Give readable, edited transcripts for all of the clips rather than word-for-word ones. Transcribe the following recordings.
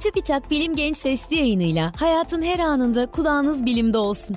Çubitak Bilim Genç Sesli yayınıyla hayatın her anında kulağınız bilimde olsun.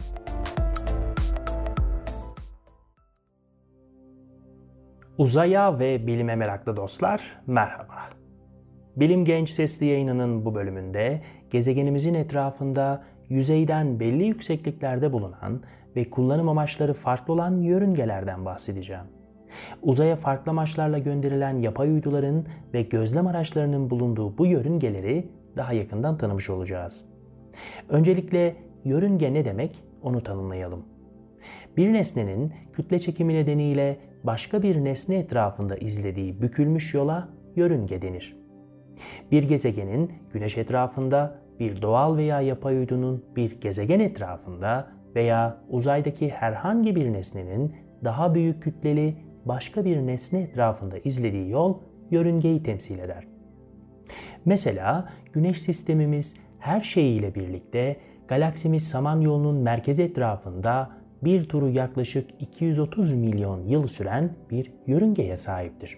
Uzaya ve bilime meraklı dostlar, merhaba. Bilim Genç Sesli yayınının bu bölümünde gezegenimizin etrafında yüzeyden belli yüksekliklerde bulunan ve kullanım amaçları farklı olan yörüngelerden bahsedeceğim. Uzaya farklı amaçlarla gönderilen yapay uyduların ve gözlem araçlarının bulunduğu bu yörüngeleri daha yakından tanımış olacağız. Öncelikle yörünge ne demek onu tanımlayalım. Bir nesnenin kütle çekimi nedeniyle başka bir nesne etrafında izlediği bükülmüş yola yörünge denir. Bir gezegenin Güneş etrafında, bir doğal veya yapay uydunun bir gezegen etrafında veya uzaydaki herhangi bir nesnenin daha büyük kütleli başka bir nesne etrafında izlediği yol yörüngeyi temsil eder. Mesela Güneş sistemimiz her şeyiyle birlikte galaksimiz Samanyolu'nun merkezi etrafında bir turu yaklaşık 230 milyon yıl süren bir yörüngeye sahiptir.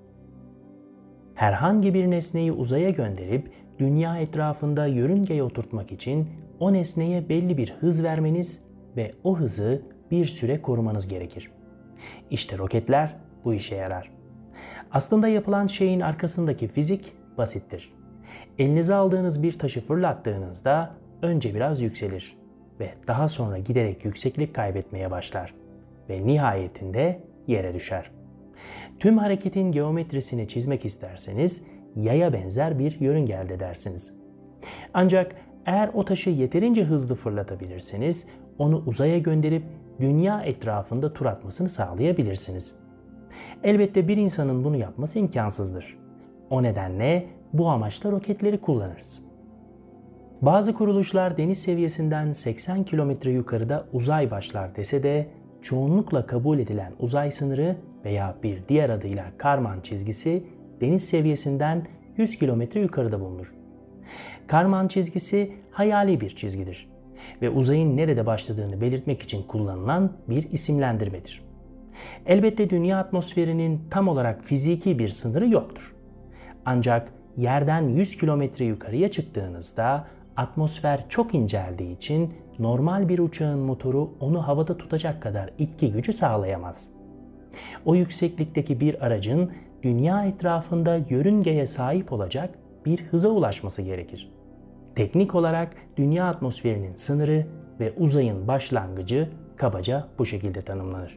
Herhangi bir nesneyi uzaya gönderip Dünya etrafında yörüngeye oturtmak için o nesneye belli bir hız vermeniz ve o hızı bir süre korumanız gerekir. İşte roketler bu işe yarar. Aslında yapılan şeyin arkasındaki fizik basittir. Elinize aldığınız bir taşı fırlattığınızda önce biraz yükselir ve daha sonra giderek yükseklik kaybetmeye başlar ve nihayetinde yere düşer. Tüm hareketin geometrisini çizmek isterseniz yaya benzer bir yörünge elde edersiniz. Ancak eğer o taşı yeterince hızlı fırlatabilirseniz onu uzaya gönderip Dünya etrafında tur atmasını sağlayabilirsiniz. Elbette bir insanın bunu yapması imkansızdır. O nedenle bu amaçla roketleri kullanırız. Bazı kuruluşlar deniz seviyesinden 80 kilometre yukarıda uzay başlar dese de çoğunlukla kabul edilen uzay sınırı veya bir diğer adıyla Karman çizgisi deniz seviyesinden 100 kilometre yukarıda bulunur. Karman çizgisi hayali bir çizgidir ve uzayın nerede başladığını belirtmek için kullanılan bir isimlendirmedir. Elbette dünya atmosferinin tam olarak fiziki bir sınırı yoktur. Ancak yerden 100 kilometre yukarıya çıktığınızda atmosfer çok inceldiği için normal bir uçağın motoru onu havada tutacak kadar itki gücü sağlayamaz. O yükseklikteki bir aracın dünya etrafında yörüngeye sahip olacak bir hıza ulaşması gerekir. Teknik olarak dünya atmosferinin sınırı ve uzayın başlangıcı kabaca bu şekilde tanımlanır.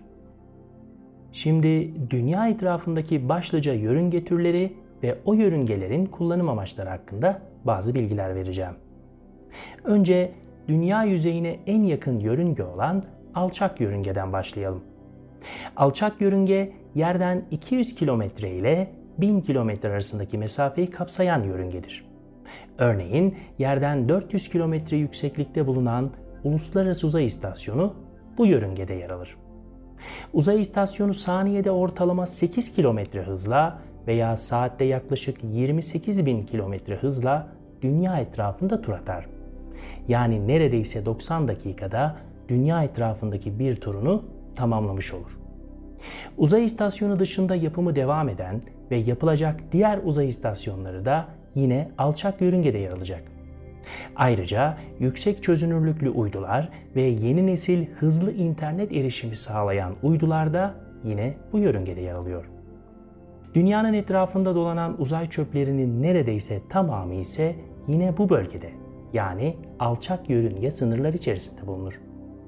Şimdi dünya etrafındaki başlıca yörünge türleri ve o yörüngelerin kullanım amaçları hakkında bazı bilgiler vereceğim. Önce dünya yüzeyine en yakın yörünge olan alçak yörüngeden başlayalım. Alçak yörünge yerden 200 kilometre ile 1000 kilometre arasındaki mesafeyi kapsayan yörüngedir. Örneğin yerden 400 kilometre yükseklikte bulunan Uluslararası Uzay İstasyonu bu yörüngede yer alır. Uzay istasyonu saniyede ortalama 8 kilometre hızla veya saatte yaklaşık 28.000 kilometre hızla dünya etrafında tur atar. Yani neredeyse 90 dakikada dünya etrafındaki bir turunu tamamlamış olur. Uzay istasyonu dışında yapımı devam eden ve yapılacak diğer uzay istasyonları da yine alçak yörüngede yer alacak. Ayrıca yüksek çözünürlüklü uydular ve yeni nesil hızlı internet erişimi sağlayan uydular da yine bu yörüngede yer alıyor. Dünyanın etrafında dolanan uzay çöplerinin neredeyse tamamı ise yine bu bölgede, yani alçak yörünge sınırları içerisinde bulunur.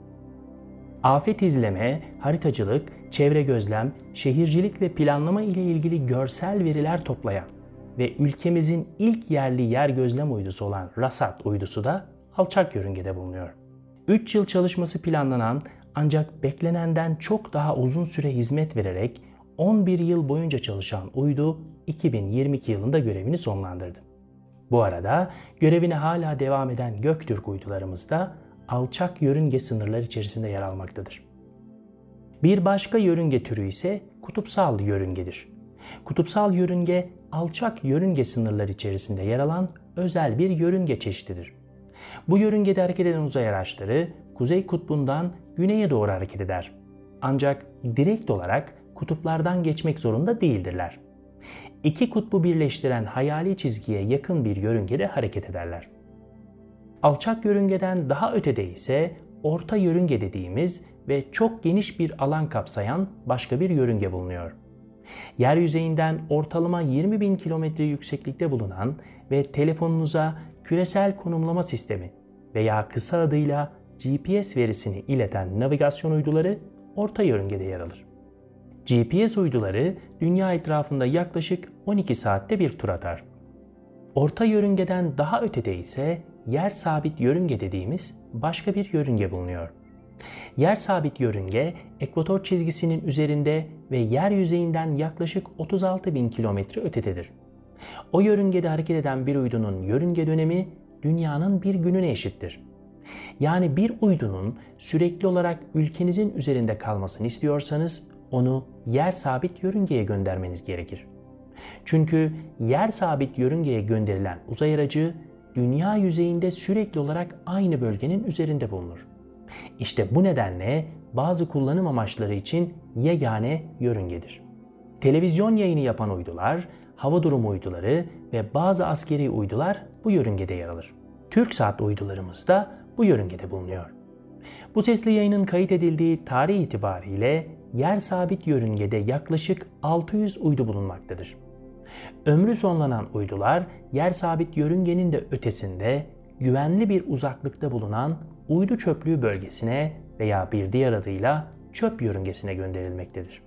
Afet izleme, haritacılık, çevre gözlem, şehircilik ve planlama ile ilgili görsel veriler toplayan ve ülkemizin ilk yerli yer gözlem uydusu olan RASAT uydusu da alçak yörüngede bulunuyor. 3 yıl çalışması planlanan ancak beklenenden çok daha uzun süre hizmet vererek 11 yıl boyunca çalışan uydu 2022 yılında görevini sonlandırdı. Bu arada görevine hala devam eden Göktürk uydularımız da alçak yörünge sınırları içerisinde yer almaktadır. Bir başka yörünge türü ise kutupsal yörüngedir. Kutupsal yörünge, alçak yörünge sınırları içerisinde yer alan özel bir yörünge çeşididir. Bu yörüngede hareket eden uzay araçları Kuzey Kutbu'ndan güneye doğru hareket eder. Ancak direkt olarak kutuplardan geçmek zorunda değildirler. iki kutbu birleştiren hayali çizgiye yakın bir yörüngede hareket ederler. Alçak yörüngeden daha ötede ise orta yörünge dediğimiz ve çok geniş bir alan kapsayan başka bir yörünge bulunuyor. Yer yüzeyinden ortalama 20.000 kilometre yükseklikte bulunan ve telefonunuza küresel konumlama sistemi veya kısa adıyla GPS verisini ileten navigasyon uyduları orta yörüngede yer alır. GPS uyduları dünya etrafında yaklaşık 12 saatte bir tur atar. Orta yörüngeden daha ötede ise yer sabit yörünge dediğimiz başka bir yörünge bulunuyor. Yer sabit yörünge ekvator çizgisinin üzerinde ve yer yüzeyinden yaklaşık 36.000 kilometre ötededir. O yörüngede hareket eden bir uydunun yörünge dönemi dünyanın bir gününe eşittir. Yani bir uydunun sürekli olarak ülkenizin üzerinde kalmasını istiyorsanız onu yer sabit yörüngeye göndermeniz gerekir. Çünkü yer sabit yörüngeye gönderilen uzay aracı dünya yüzeyinde sürekli olarak aynı bölgenin üzerinde bulunur. İşte bu nedenle bazı kullanım amaçları için yegane yörüngedir. Televizyon yayını yapan uydular, hava durumu uyduları ve bazı askeri uydular bu yörüngede yer alır. TürkSat uydularımız da bu yörüngede bulunuyor. Bu sesli yayının kayıt edildiği tarih itibariyle yer sabit yörüngede yaklaşık 600 uydu bulunmaktadır. Ömrü sonlanan uydular yer sabit yörüngenin de ötesinde güvenli bir uzaklıkta bulunan uydu çöplüğü bölgesine veya bir diğer adıyla çöp yörüngesine gönderilmektedir.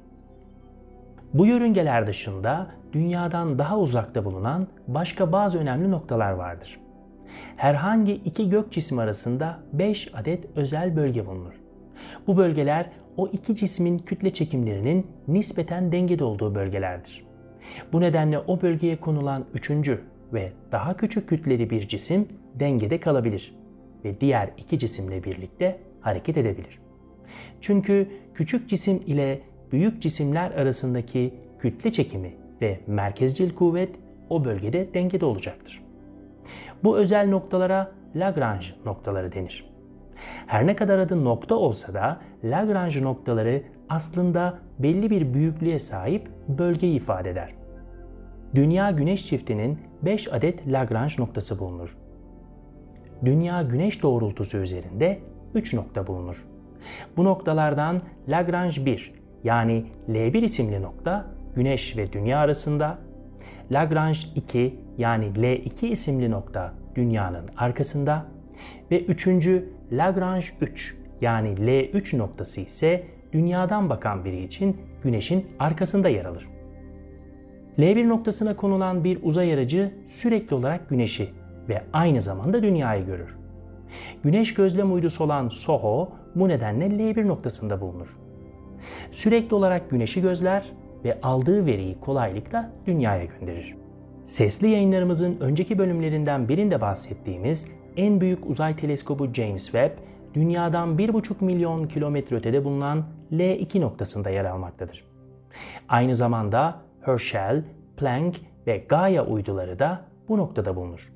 Bu yörüngeler dışında dünyadan daha uzakta bulunan başka bazı önemli noktalar vardır. Herhangi iki gök cismi arasında 5 adet özel bölge bulunur. Bu bölgeler o iki cismin kütle çekimlerinin nispeten dengede olduğu bölgelerdir. Bu nedenle o bölgeye konulan üçüncü ve daha küçük kütleli bir cisim dengede kalabilir ve diğer iki cisimle birlikte hareket edebilir. Çünkü küçük cisim ile büyük cisimler arasındaki kütle çekimi ve merkezcil kuvvet o bölgede dengede olacaktır. Bu özel noktalara Lagrange noktaları denir. Her ne kadar adı nokta olsa da Lagrange noktaları aslında belli bir büyüklüğe sahip bölgeyi ifade eder. Dünya-Güneş çiftinin 5 adet Lagrange noktası bulunur. Dünya-Güneş doğrultusu üzerinde 3 nokta bulunur. Bu noktalardan Lagrange 1 yani L1 isimli nokta Güneş ve Dünya arasında, Lagrange 2 yani L2 isimli nokta Dünya'nın arkasında ve üçüncü Lagrange 3 yani L3 noktası ise Dünya'dan bakan biri için Güneş'in arkasında yer alır. L1 noktasına konulan bir uzay aracı sürekli olarak Güneş'i ve aynı zamanda Dünya'yı görür. Güneş gözlem uydusu olan SOHO bu nedenle L1 noktasında bulunur. Sürekli olarak Güneş'i gözler ve aldığı veriyi kolaylıkla Dünya'ya gönderir. Sesli yayınlarımızın önceki bölümlerinden birinde bahsettiğimiz en büyük uzay teleskobu James Webb, Dünya'dan 1,5 milyon kilometre ötede bulunan L2 noktasında yer almaktadır. Aynı zamanda Herschel, Planck ve Gaia uyduları da bu noktada bulunur.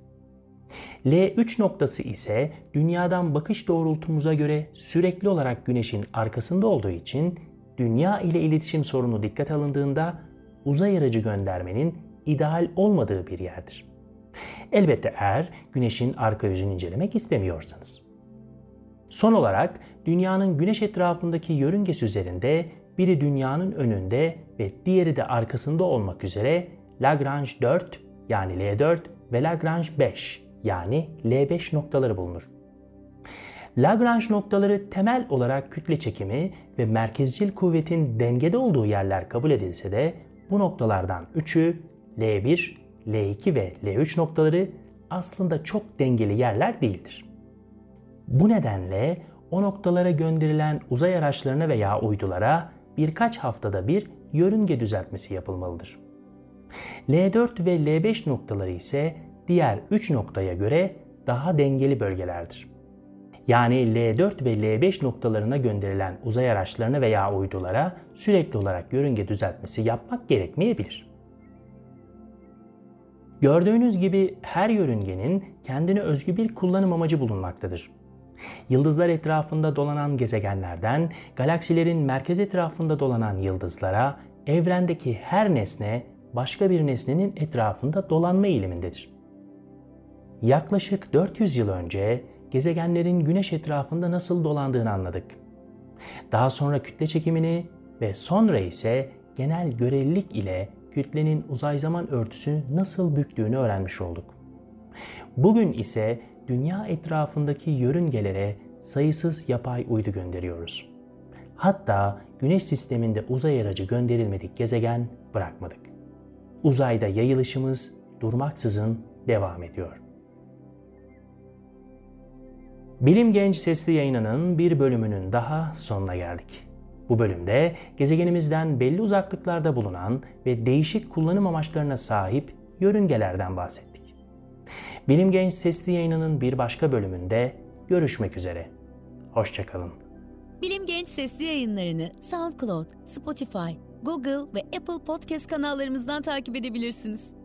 L3 noktası ise Dünya'dan bakış doğrultumuza göre sürekli olarak Güneş'in arkasında olduğu için Dünya ile iletişim sorunu dikkate alındığında uzay aracı göndermenin ideal olmadığı bir yerdir. Elbette eğer Güneş'in arka yüzünü incelemek istemiyorsanız. Son olarak Dünya'nın Güneş etrafındaki yörüngesi üzerinde biri Dünya'nın önünde ve diğeri de arkasında olmak üzere Lagrange 4 yani L4 ve Lagrange 5 yani L5 noktaları bulunur. Lagrange noktaları temel olarak kütle çekimi ve merkezcil kuvvetin dengede olduğu yerler kabul edilse de bu noktalardan üçü L1, L2 ve L3 noktaları aslında çok dengeli yerler değildir. Bu nedenle o noktalara gönderilen uzay araçlarına veya uydulara birkaç haftada bir yörünge düzeltmesi yapılmalıdır. L4 ve L5 noktaları ise diğer 3 noktaya göre daha dengeli bölgelerdir. Yani L4 ve L5 noktalarına gönderilen uzay araçlarına veya uydulara sürekli olarak yörünge düzeltmesi yapmak gerekmeyebilir. Gördüğünüz gibi her yörüngenin kendine özgü bir kullanım amacı bulunmaktadır. Yıldızlar etrafında dolanan gezegenlerden, galaksilerin merkez etrafında dolanan yıldızlara, evrendeki her nesne başka bir nesnenin etrafında dolanma eğilimindedir. Yaklaşık 400 yıl önce gezegenlerin Güneş etrafında nasıl dolandığını anladık. Daha sonra kütle çekimini ve sonra ise genel görelilik ile kütlenin uzay zaman örtüsünü nasıl büktüğünü öğrenmiş olduk. Bugün ise Dünya etrafındaki yörüngelere sayısız yapay uydu gönderiyoruz. Hatta Güneş sisteminde uzay aracı gönderilmedik gezegen bırakmadık. Uzayda yayılışımız durmaksızın devam ediyor. Bilim Genç sesli yayınının bir bölümünün daha sonuna geldik. Bu bölümde gezegenimizden belli uzaklıklarda bulunan ve değişik kullanım amaçlarına sahip yörüngelerden bahsettik. Bilim Genç sesli yayınının bir başka bölümünde görüşmek üzere. Hoşça kalın. Bilim Genç sesli yayınlarını SoundCloud, Spotify, Google ve Apple Podcast kanallarımızdan takip edebilirsiniz.